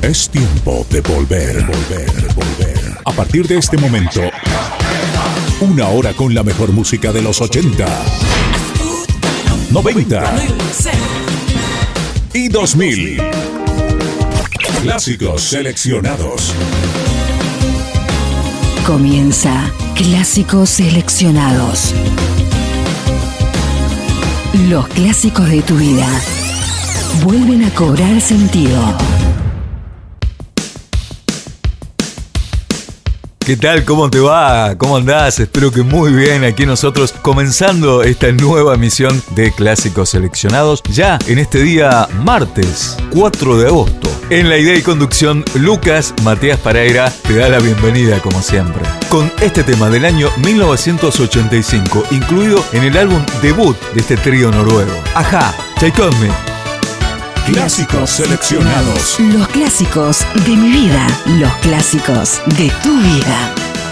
Es tiempo de volver. A partir de este momento, una hora con la mejor música de los 80, 90 y 2000. Clásicos seleccionados. Comienza Clásicos Seleccionados. Los clásicos de tu vida vuelven a cobrar sentido. ¿Qué tal? ¿Cómo te va? ¿Cómo andás? Espero que muy bien. Aquí nosotros comenzando esta nueva emisión de Clásicos Seleccionados, ya en este día martes 4 de agosto. En la idea y conducción, Lucas Matías Pareira te da la bienvenida como siempre. Con este tema del año 1985, incluido en el álbum debut de este trío noruego. Ajá, Take On Me. Clásicos seleccionados. Los clásicos de mi vida. Los clásicos de tu vida.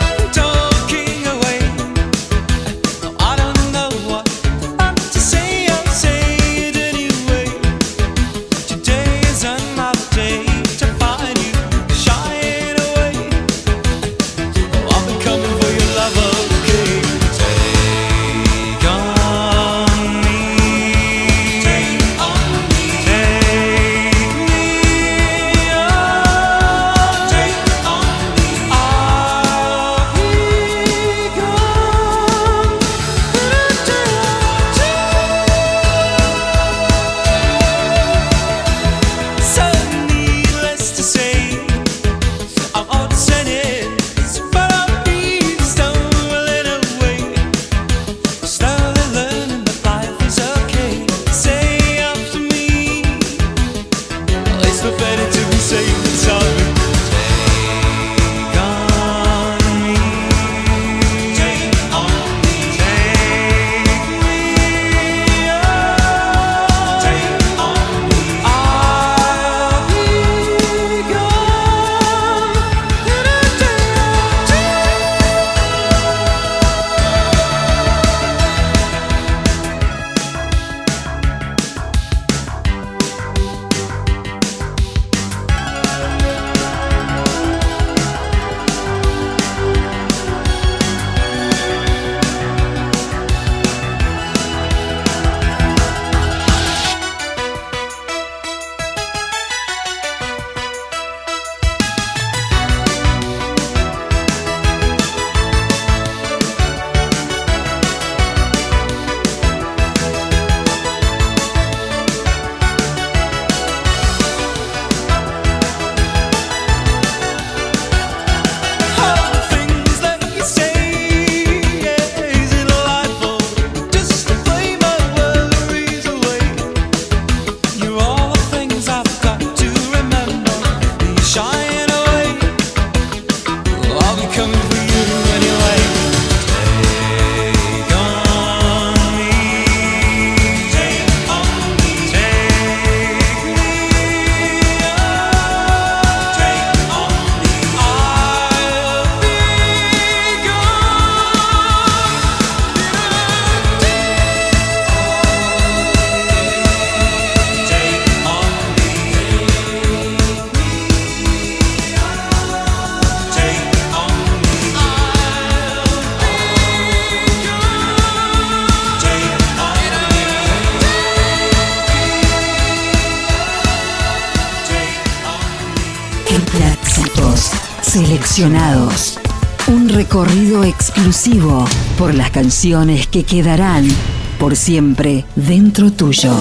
Seleccionados. Un recorrido exclusivo por las canciones que quedarán por siempre dentro tuyo.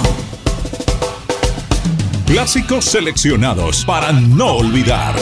Clásicos seleccionados para no olvidar.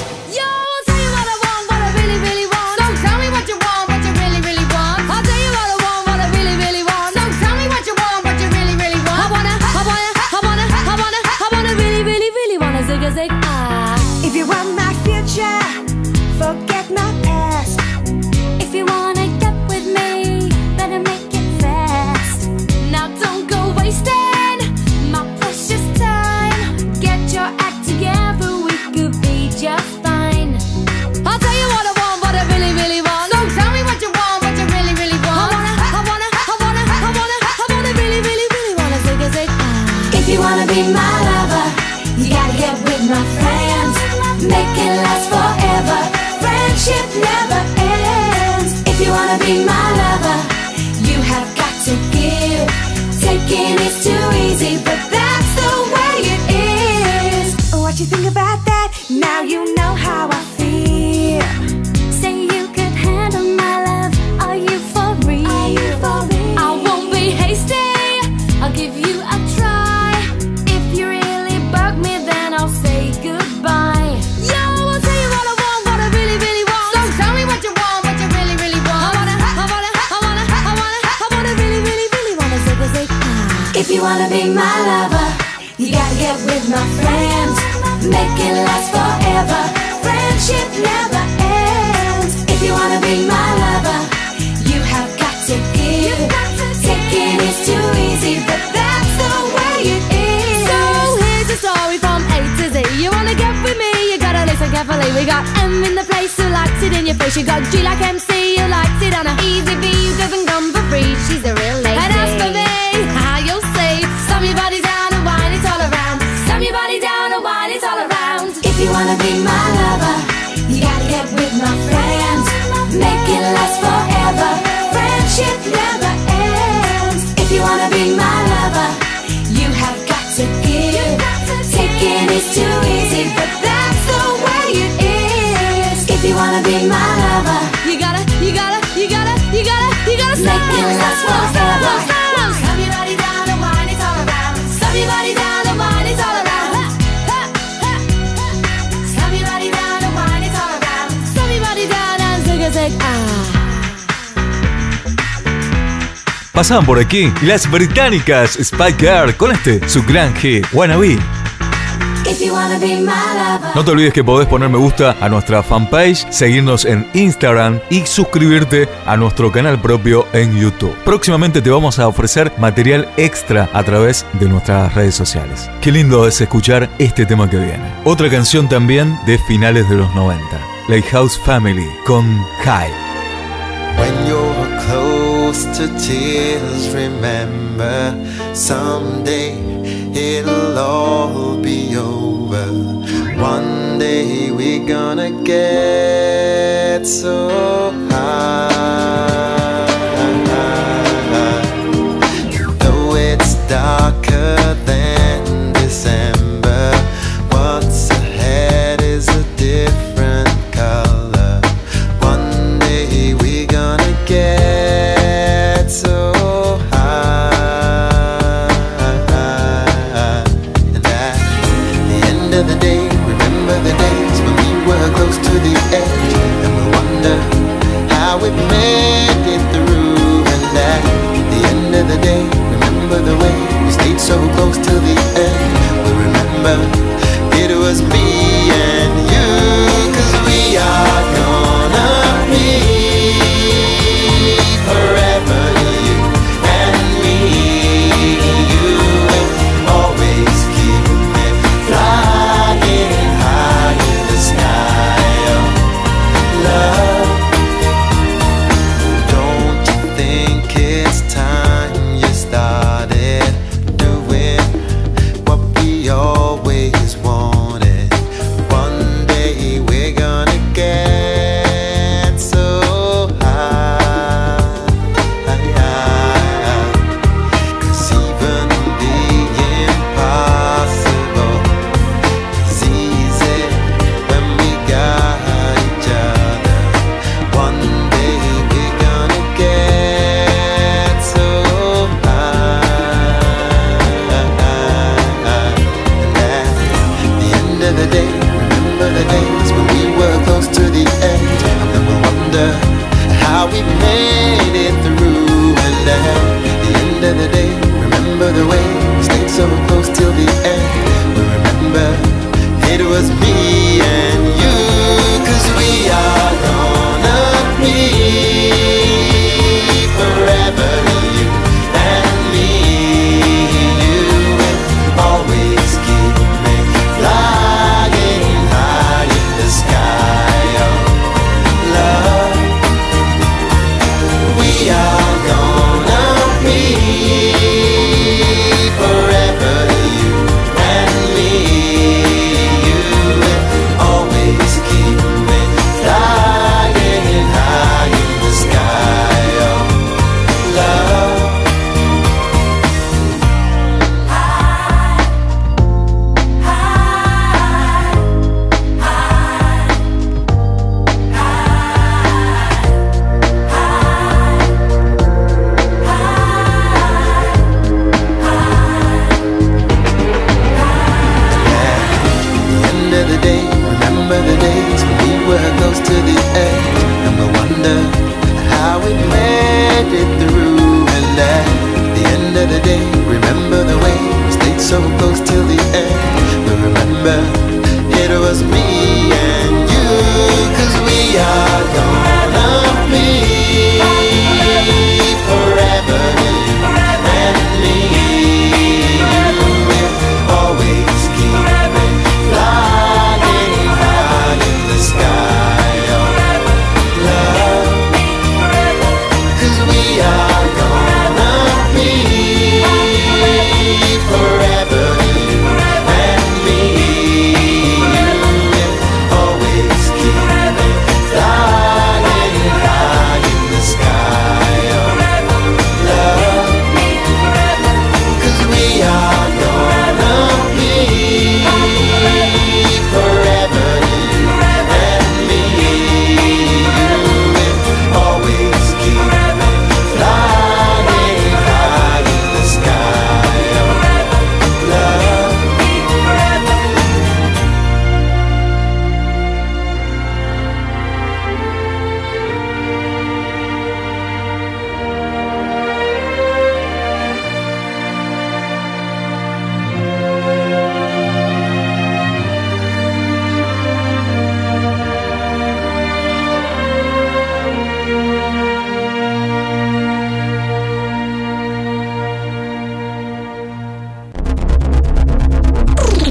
If you want my future, forget my past. If you wanna get with me, better make it fast. Now don't go wasting my precious time. Get your act together, we could be just fine. I'll tell you what I want, what I really, really want. So tell me what you want, what you really, really want. I wanna really, really, really wanna zig a zig. If you wanna be my lover, you gotta get with my friends. make it last forever. Friendship never ends. If you wanna be my lover, you have got to give. Taking is too easy, but that's the way it is. What you think about that? Now you know how I feel. Say you could handle my love. Are you for real? Are you for real? I won't be hasty. I'll give you a try. If you really bug me, then I'll say goodbye. Yo, I'll tell you what I want, what I really, really want. So tell me what you want, what you really, really want. I wanna really, really, really wanna zig. If you wanna be my lover, you gotta get with my friends. Make it last forever. Friendship never ends. If you wanna be my lover, you have got to give. Taking is too easy, but that's the way it is. So here's your story from A to Z. You wanna get with me, you gotta listen carefully. We got M in the place who likes it in your face. You got G like MC who likes it on a easy V who doesn't come for free. She's a real lady. And as for me, how you'll see, slam your body down and wine it all around. Slam your body down and wine it all around. If you wanna be my lover, you gotta get with my friends. Make it last forever. Friendship never ends. If you wanna be my lover, you have got to give. Taking is too easy, but that's the way it is. If you wanna be my lover, you gotta make it last forever. Slam your body down and wine it all around. Slam your body down and wine it all around. Slam your body down and wine it all around. Slam your body down and zig. Pasaban por aquí las británicas Spice Girl con su gran hit, Wanna Be. If you wanna be my lover. No te olvides que podés poner me gusta a nuestra fanpage, seguirnos en Instagram y suscribirte a nuestro canal propio en YouTube. Próximamente te vamos a ofrecer material extra a través de nuestras redes sociales. Qué lindo es escuchar este tema que viene. Otra canción también de finales de los 90, Lighthouse Family con High. When you're close to tears, remember someday it'll all be over. One day we're gonna get so high. Though it's darker than December, what's ahead is a different color. One day we're gonna get so high. And at the end of the day, remember the days when we were close to the edge, and we'll wonder how we made it through. And at the end of the day, remember the way we stayed so close.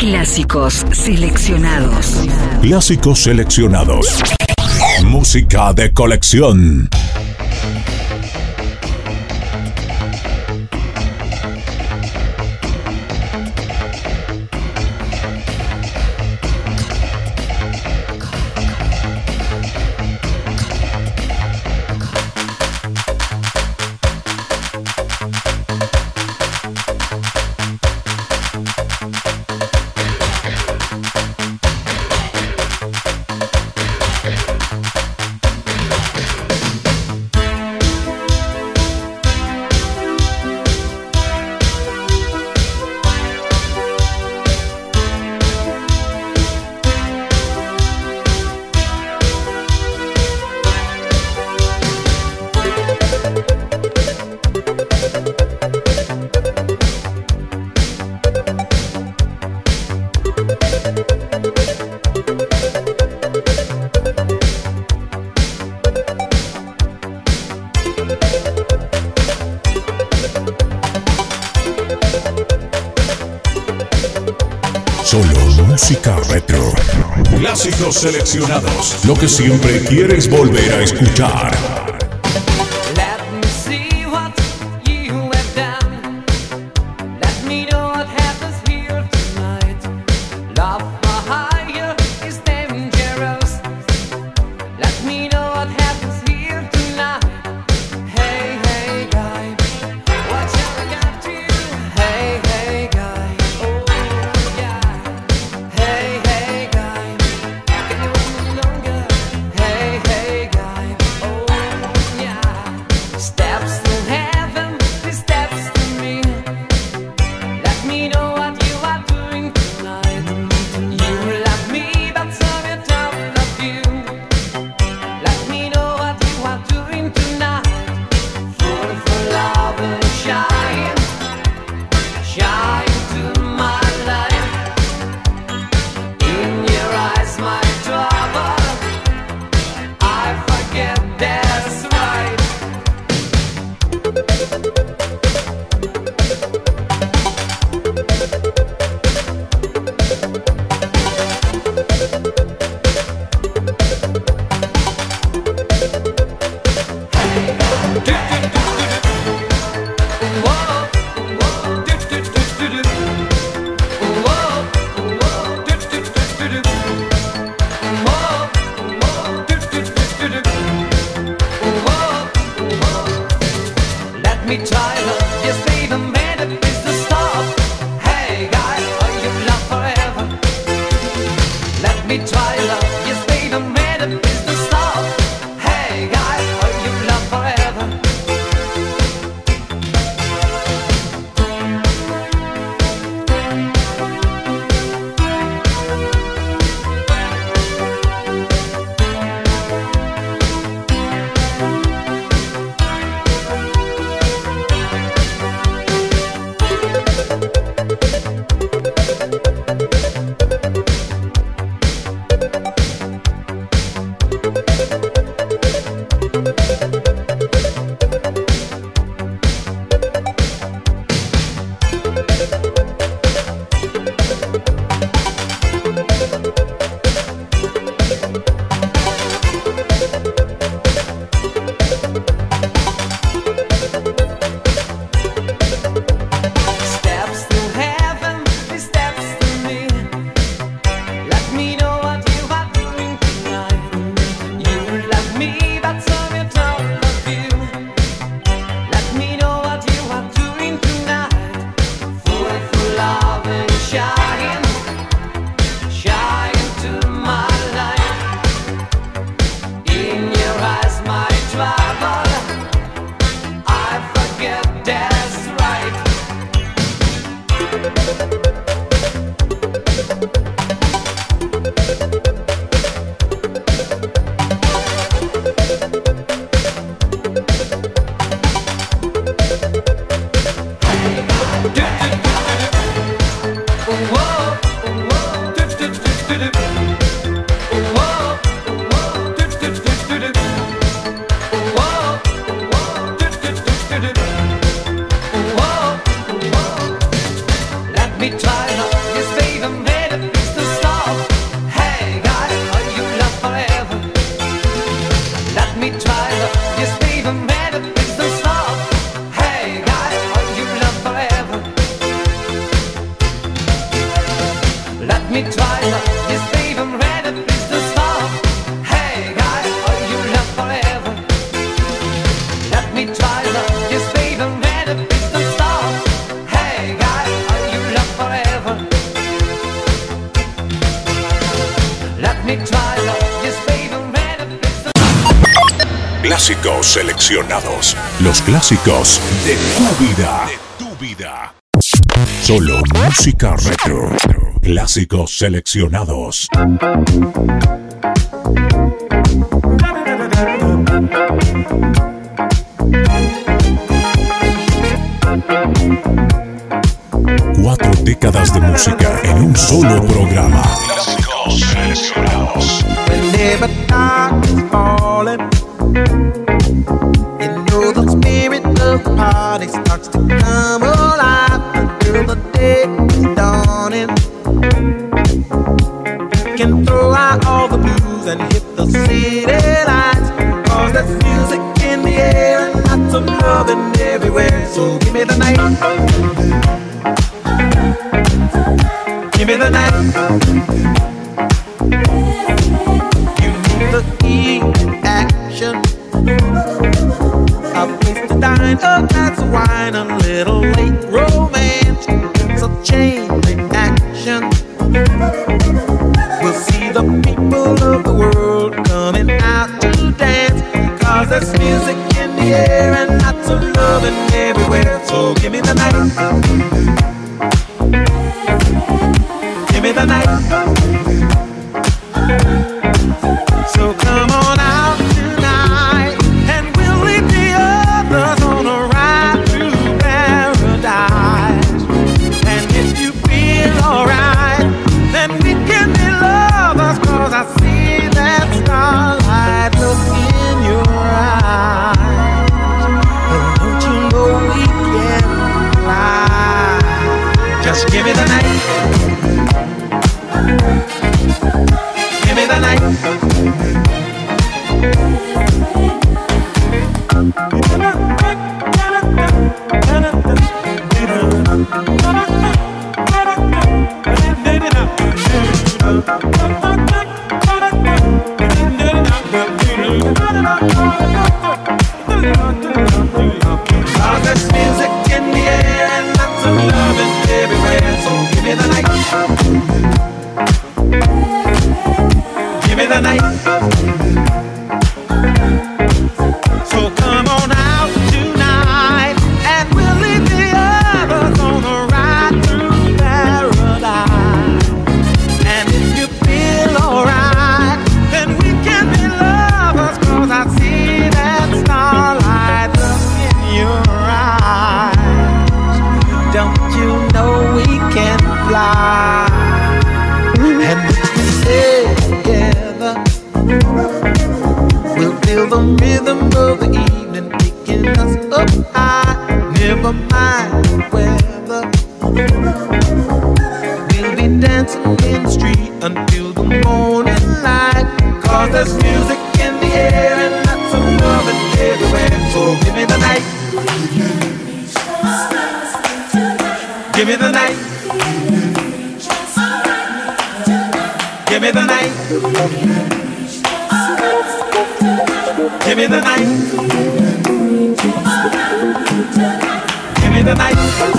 Clásicos seleccionados. Clásicos seleccionados. Música de colección. Solo música retro. Clásicos seleccionados. Lo que siempre quieres volver a escuchar. me try love. Yes, baby, I'm ready, please don't stop. Hey, guy, are you love forever? Let me try love. Yes, baby, I'm ready, please don't stop. Hey, guy, are you love forever? Let me try love. Yes, baby, I'm ready, please don't stop. Clásicos seleccionados. Los clásicos de tu vida. Solo música retro. Clásicos seleccionados. Cuatro décadas de música en un solo programa. Clásicos seleccionados. Whenever dark is falling, you know the spirit of the party starts to come alive until the day is dawning. We can throw out all the blues and hit the city lights, cause there's music in the air and lots of loving everywhere. So give me the night, give me the night. You need the heat and action, a place to dine, a glass of wine, a little late romance. So chain reaction. We'll see the people of the world coming out to dance, cause there's music in the air and lots of loving everywhere. So give me the night, give me the night. So come on out tonight, and we'll leave the others on a ride through paradise. And if you feel alright, then we can be lovers, cause I see that starlight look in your eyes. And don't you know we can fly? Just give me the night, give me the night. Cause there's music in the air and lots of loving everywhere. So give me the night, give me the night. So come on out tonight, and we'll leave the others on a ride through paradise. And if you feel alright, then we can be lovers, cause I see that starlight look in your eyes. Don't you know we can fly? And if we stay together, we'll feel the rhythm of the evening taking us up high. Never mind the weather, we'll be dancing in the street until the morning light. Cause there's music in the air and lots of loving everywhere. So give me the night, give me the night, give me the night, give me the night, give me the night,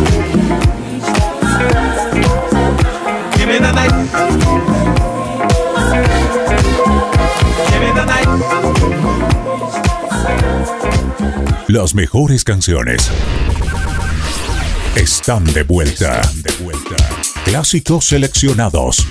give me the night, give me the night. Las mejores canciones están de vuelta. Clásicos seleccionados.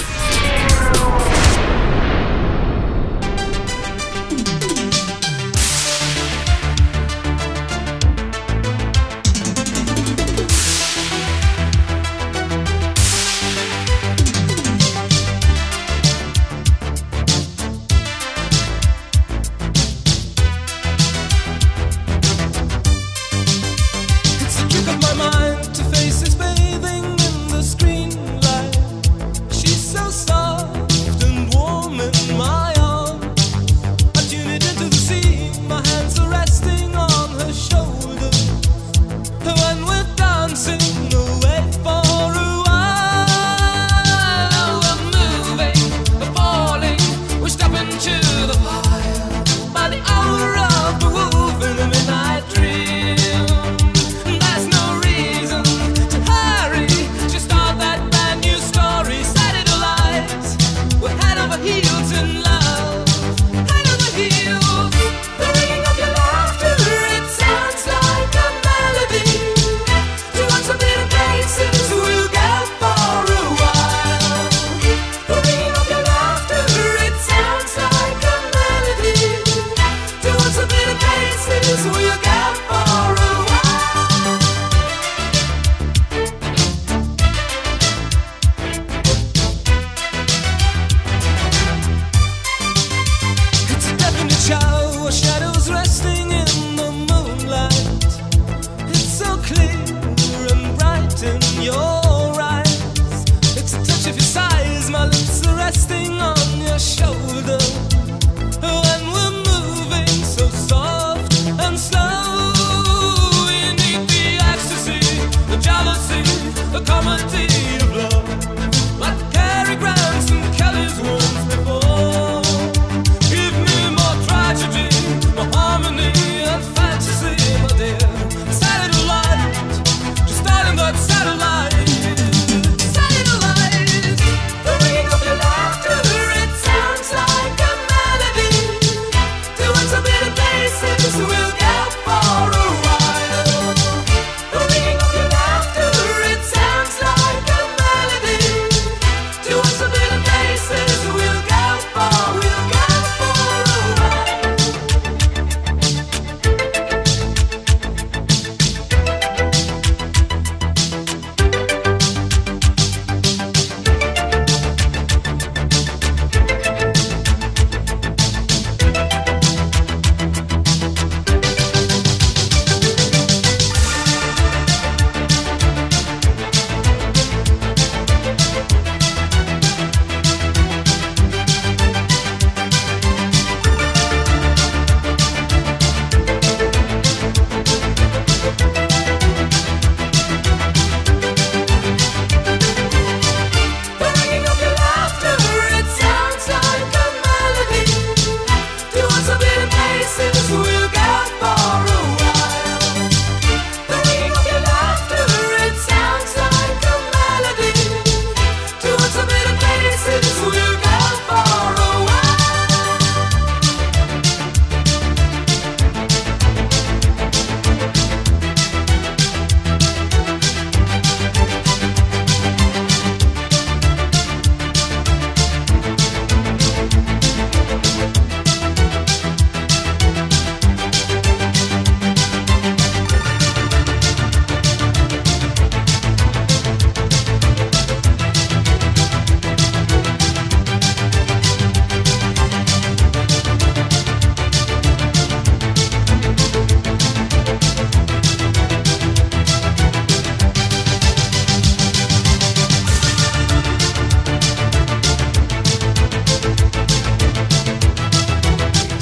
It's a trick of my mind to face his bathing in the screen light. She's so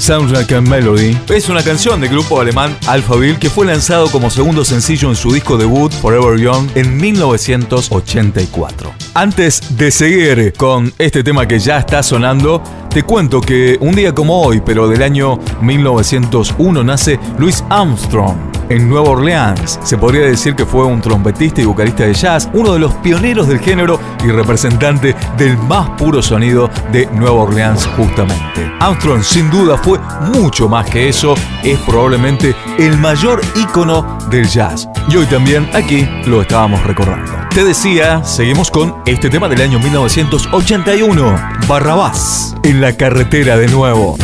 Sounds Like a Melody es una canción del grupo alemán Alphaville que fue lanzado como segundo sencillo en su disco debut Forever Young en 1984. Antes de seguir con este tema que ya está sonando, te cuento que un día como hoy, pero del año 1901, nace Louis Armstrong en Nueva Orleans. Se podría decir que fue un trompetista y vocalista de jazz, uno de los pioneros del género y representante del más puro sonido de Nueva Orleans justamente. Armstrong sin duda fue mucho más que eso, es probablemente el mayor ícono del jazz. Y hoy también aquí lo estábamos recordando. Te decía, seguimos con este tema del año 1981, Barrabás, en la carretera de nuevo.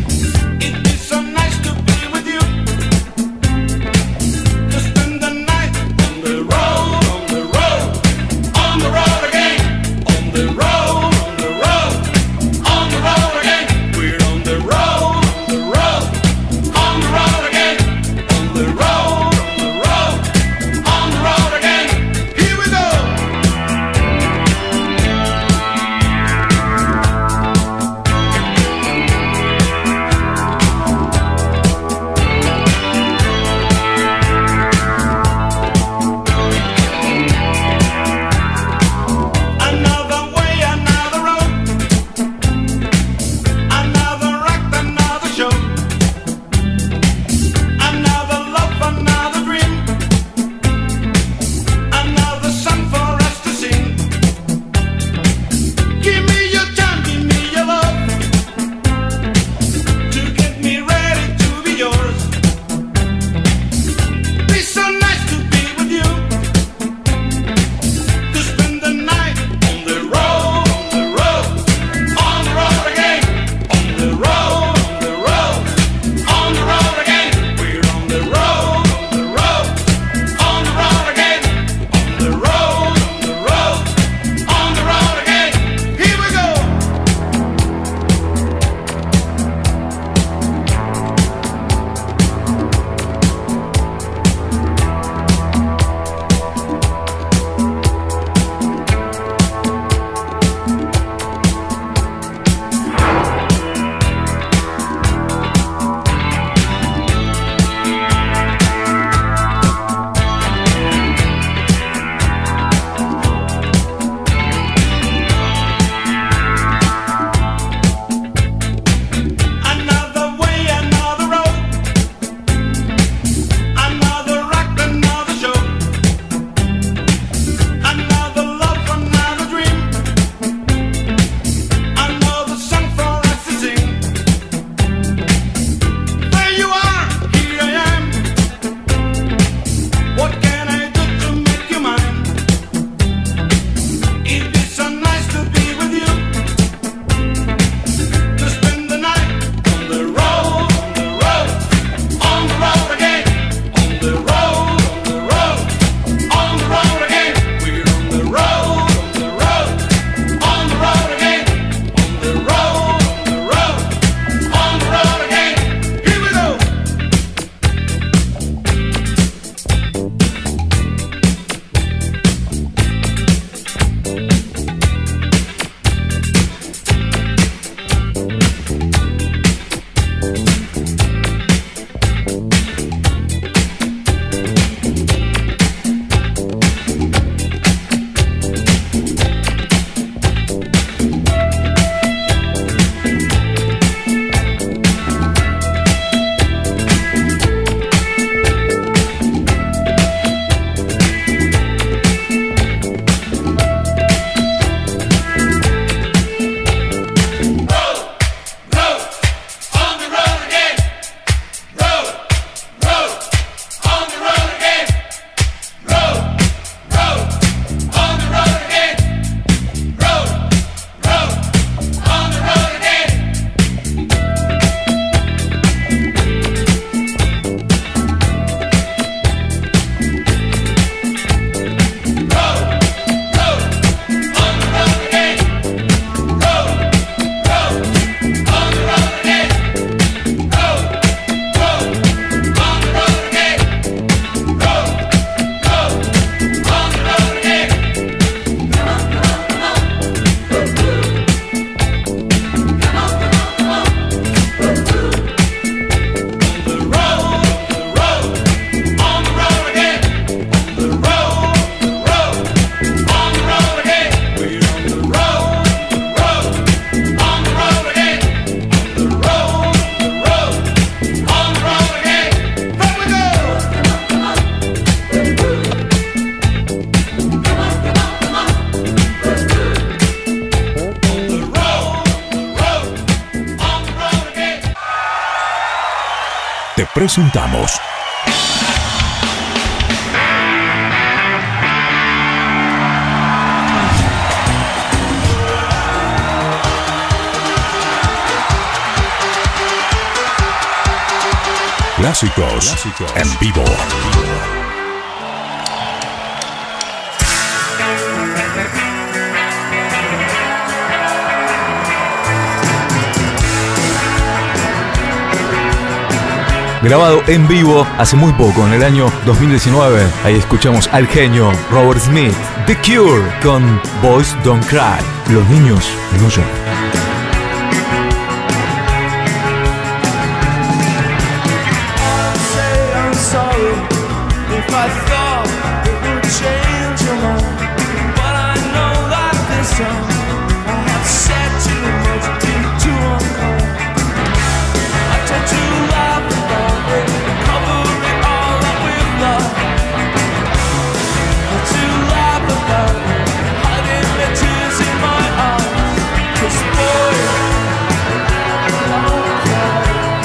Night te presentamos Clásicos en vivo. Grabado en vivo hace muy poco, en el año 2019. Ahí escuchamos al genio Robert Smith, The Cure con Boys Don't Cry. Los niños no lloran. I thought it would change your mind, but I know that this time I have said too much, been too unkind. I tend to laugh about it, cover it all up with love. I to laugh about it, hiding the tears in my eyes. 'Cause boy, don't cry.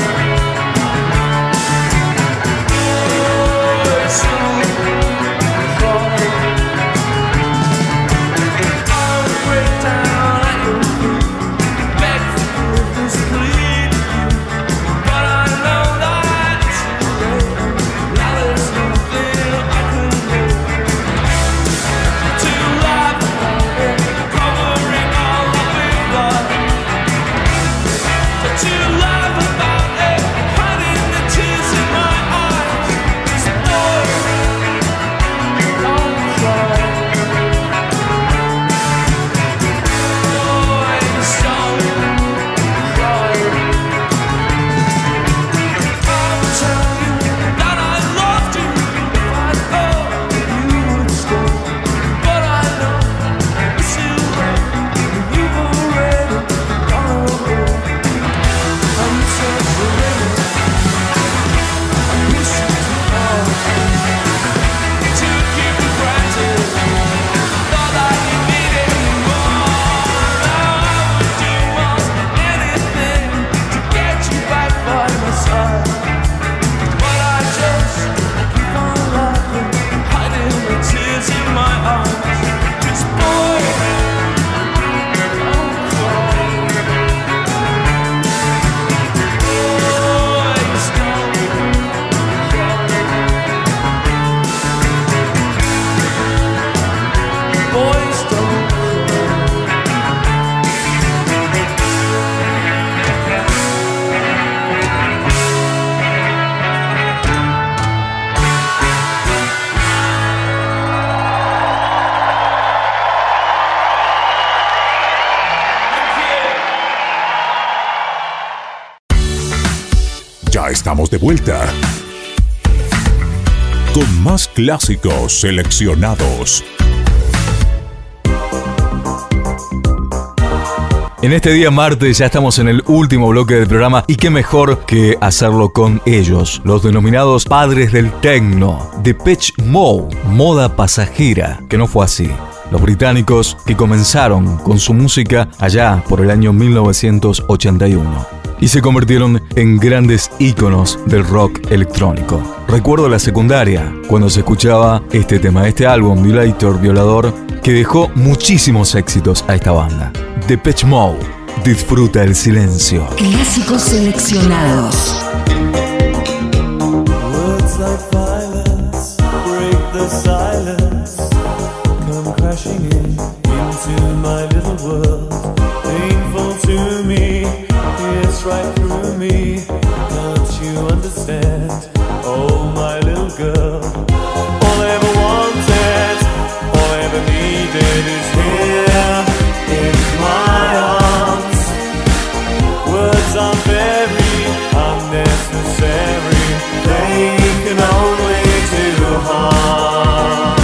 Ya estamos de vuelta con más clásicos seleccionados. En este día martes ya estamos en el último bloque del programa y qué mejor que hacerlo con ellos, los denominados padres del techno, Depeche Mode, moda pasajera, que no fue así. Los británicos que comenzaron con su música allá por el año 1981 y se convirtieron en grandes íconos del rock electrónico. Recuerdo la secundaria cuando se escuchaba este tema, este álbum Violator, Violador, que dejó muchísimos éxitos a esta banda. Depeche Mode, disfruta el silencio. Clásicos seleccionados. Words like violence break the silence, come crashing into my little world. Painful to me, it's right through me. Can't you understand? Oh, my little girl. All I ever wanted, all I ever needed is here in my arms. Words are very unnecessary, they can only do harm.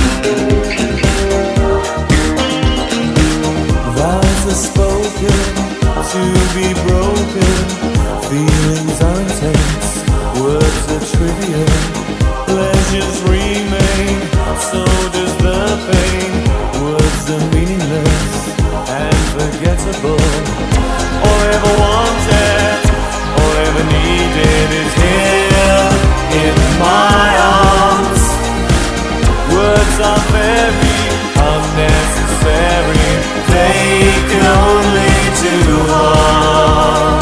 Vows are spoken, be broken, feelings are intense, words are trivial, pleasures remain, so does the pain. Words are meaningless and forgettable. All I ever wanted, all I ever needed is here in my arms. Words are very unnecessary, they can only do harm.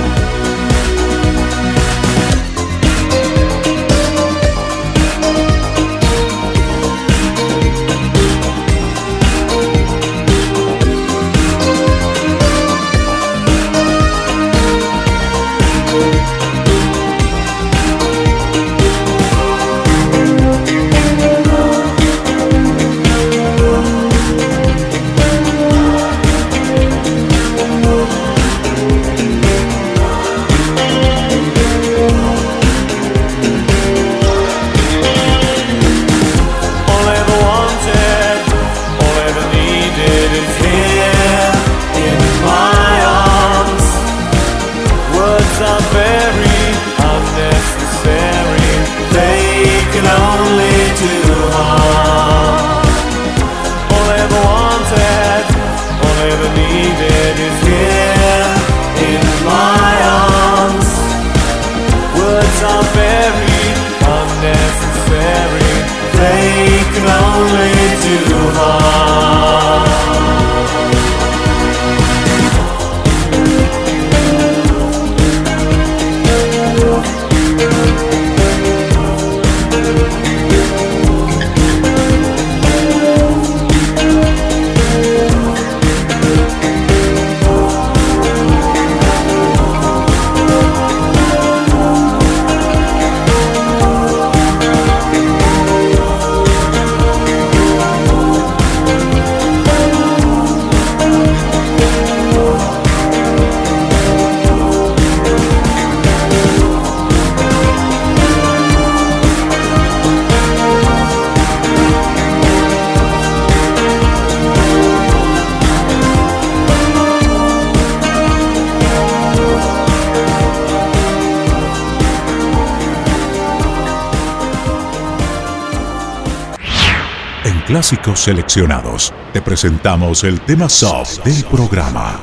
Clásicos seleccionados. Te presentamos el tema soft del programa.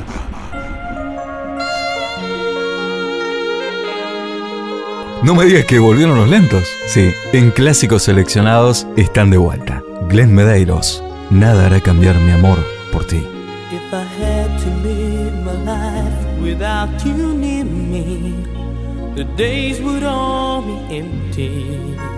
No me digas que volvieron los lentos. Sí, en Clásicos Seleccionados están de vuelta. Glenn Medeiros, nada hará cambiar mi amor por ti. If I had to live my life without you near me, the days would all be empty.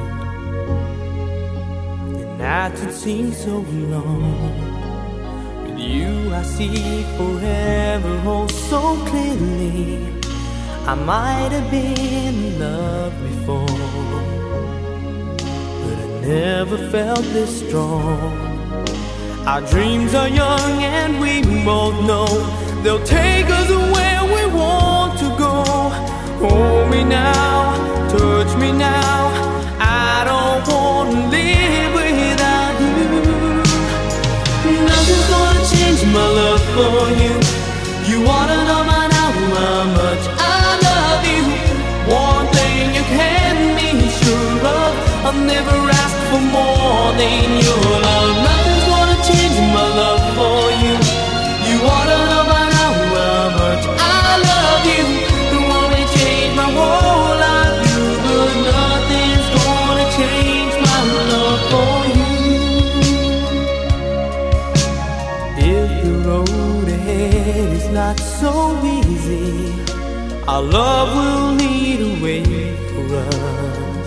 Nights would seem so long. With you I see forever oh so clearly. I might have been in love before, but I never felt this strong. Our dreams are young and we both know they'll take us where we want to go. Hold me now, touch me now, I don't want to live without you. Nothing's gonna change my love for you. You wanna know by now how much I love you. One thing you can be sure of, I've never asked for more than your love. Nothing's gonna change my love for you. You wanna know by now how much I love you. You wanna change my whole life, but nothing's gonna change my love for you. If the road ahead is not so easy, our love will lead a way for us,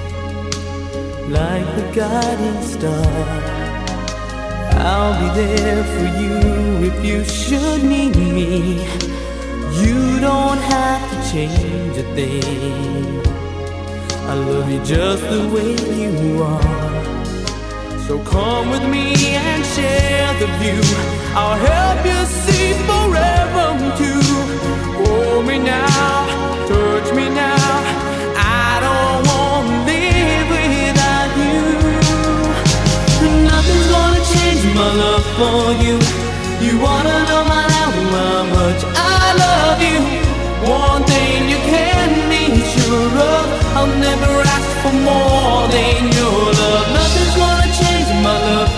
like the guiding star. I'll be there for you if you should need me. You don't have to change a thing. I love you just the way you are. So come with me and share the view. I'll help you see forever too. Hold me now, touch me now, I don't want to live without you. Nothing's gonna change my love for you. You wanna know by now how much I love you.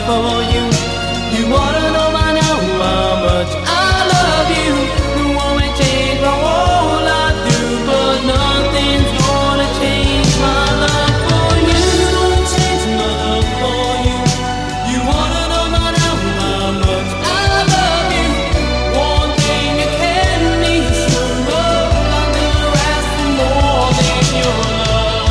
for you. You wanna know by now how much I love you. The one may change my whole life through, but nothing's gonna change my love for you. Change my love for you. You wanna know by now how much I love you. One thing you can be sure of, I'll never ask for more than your love.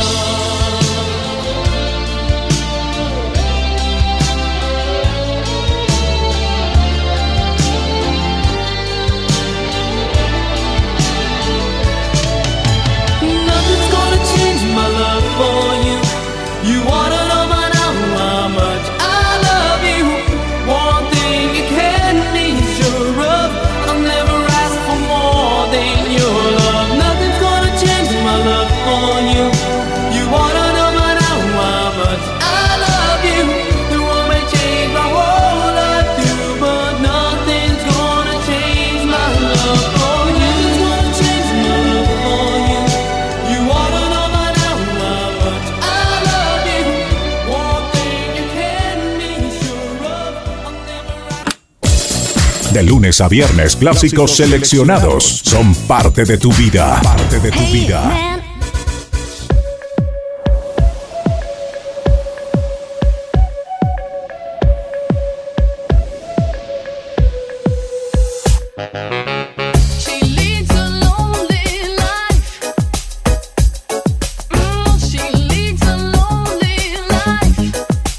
Nothing's gonna change my love for you. You wanna know by now how much I love you. One thing you can be sure of, I'll never ask for more than your love. Nothing's gonna change my love for you. You wanna know by now how much I love you. The world may change my whole life through, but nothing's gonna change my love for you. Nothing's gonna change my love for you. You wanna know by now how much I love you. One thing you can be sure of, I'll never. De lunes a viernes, clásicos seleccionados son parte de tu vida. Parte de tu vida. Man. She leads a lonely life. She leads a lonely life.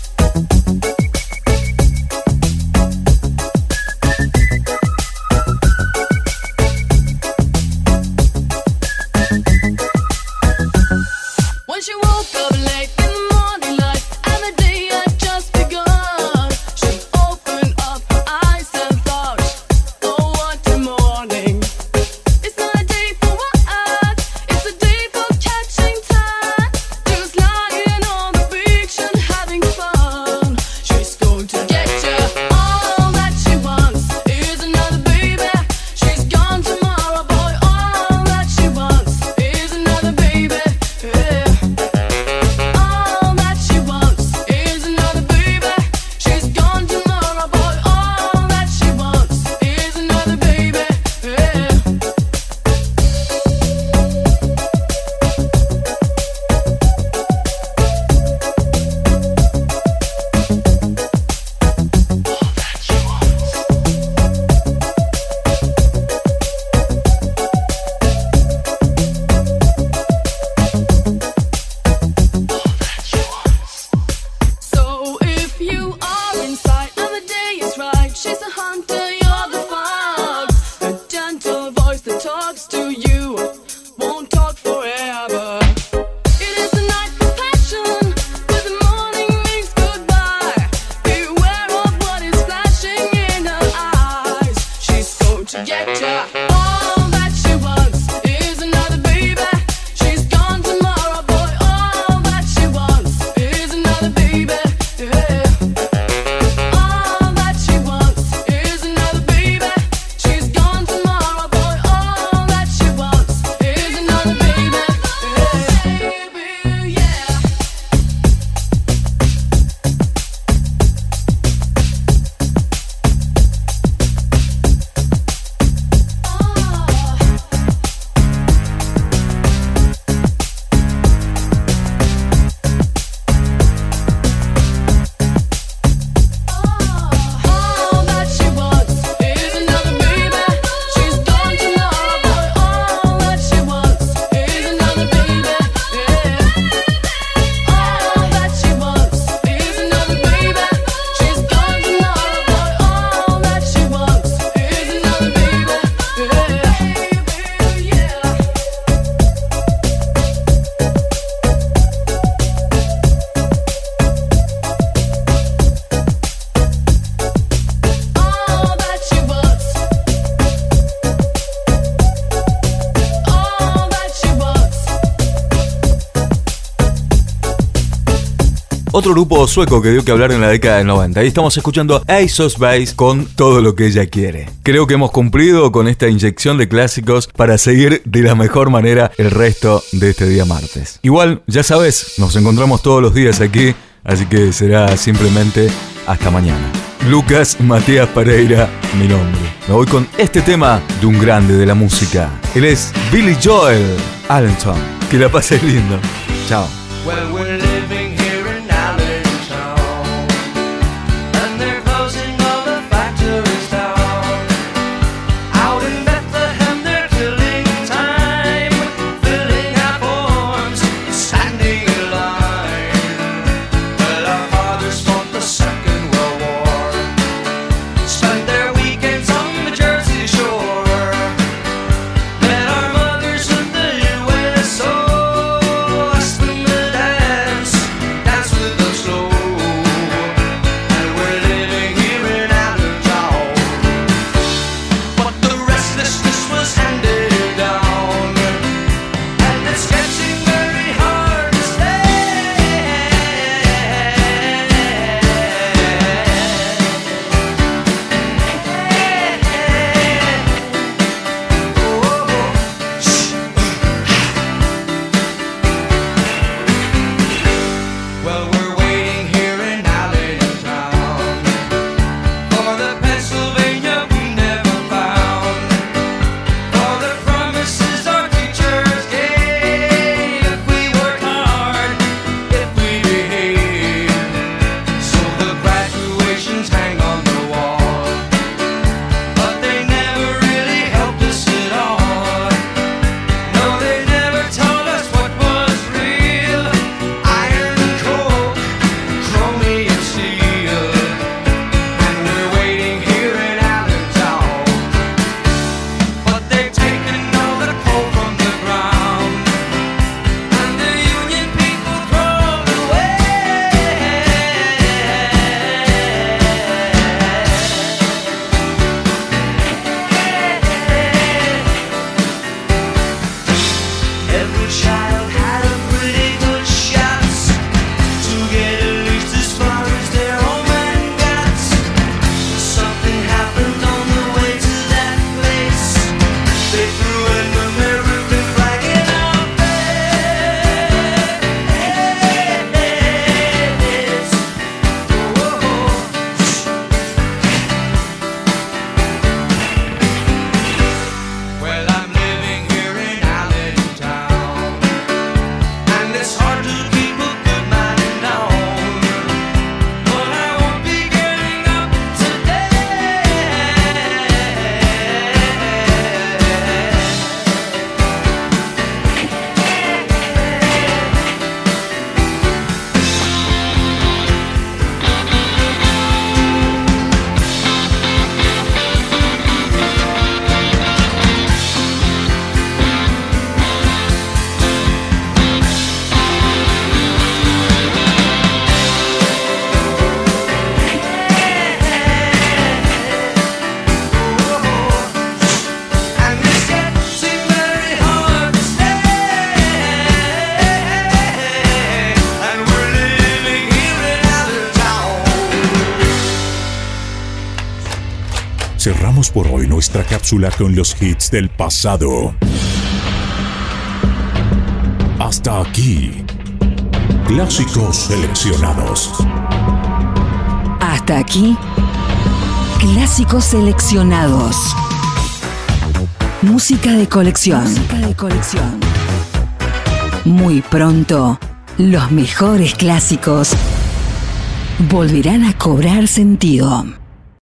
When she woke up late in the morning light, and the day had just begun, she opened up her eyes and thought, oh, what a morning. It's not a day for work, it's a day for catching time. Just lying on the beach and having fun. She's going to get you. All that she wants is another baby. She's gone tomorrow, boy. All that she wants is another baby. Yeah. All that she wants is another baby. She's gone tomorrow, boy. All that she wants is another baby. Yeah. So if you are inside and the day is right, she's a hunter, you're the fox. A gentle voice that talks to you won't talk forever. It is the night for passion, where the morning means goodbye. Beware of what is flashing in her eyes. She's going to get ya. All that she wants is another baby. She's gone tomorrow, boy. All that she wants is another baby. Yeah. All that she wants is another baby. She's gone tomorrow, boy. All that she wants is another baby. Yeah. Baby, yeah. All that she wants is another baby. She's gone tomorrow, boy. All that she wants is another baby. Yeah. All that she wants is another baby. She's gone tomorrow, boy. All that she wants is another baby. Yeah. All that she wants. All that she wants. Otro grupo sueco que dio que hablar en la década del 90. Ahí estamos escuchando Ace of Base con Todo lo que ella quiere. Creo que hemos cumplido con esta inyección de clásicos para seguir de la mejor manera el resto de este día martes. Igual, ya sabes, nos encontramos todos los días aquí Así que será simplemente hasta mañana. Lucas Matías Pereira, mi nombre. Me voy con este tema de un grande de la música. Él es Billy Joel Allentown. Que la pases lindo. Chao. Well, we're living here in Allentown, and they're closing all the factories down. Out in Bethlehem, they're killing time, filling out forms, standing in line. Well, our fathers fought the Second World War, spent their weekends on the Jersey Shore, met our mothers in the USO. Cerramos por hoy nuestra cápsula con los hits del pasado. Hasta aquí, clásicos seleccionados. Hasta aquí, clásicos seleccionados. Música de colección. Muy pronto, los mejores clásicos volverán a cobrar sentido.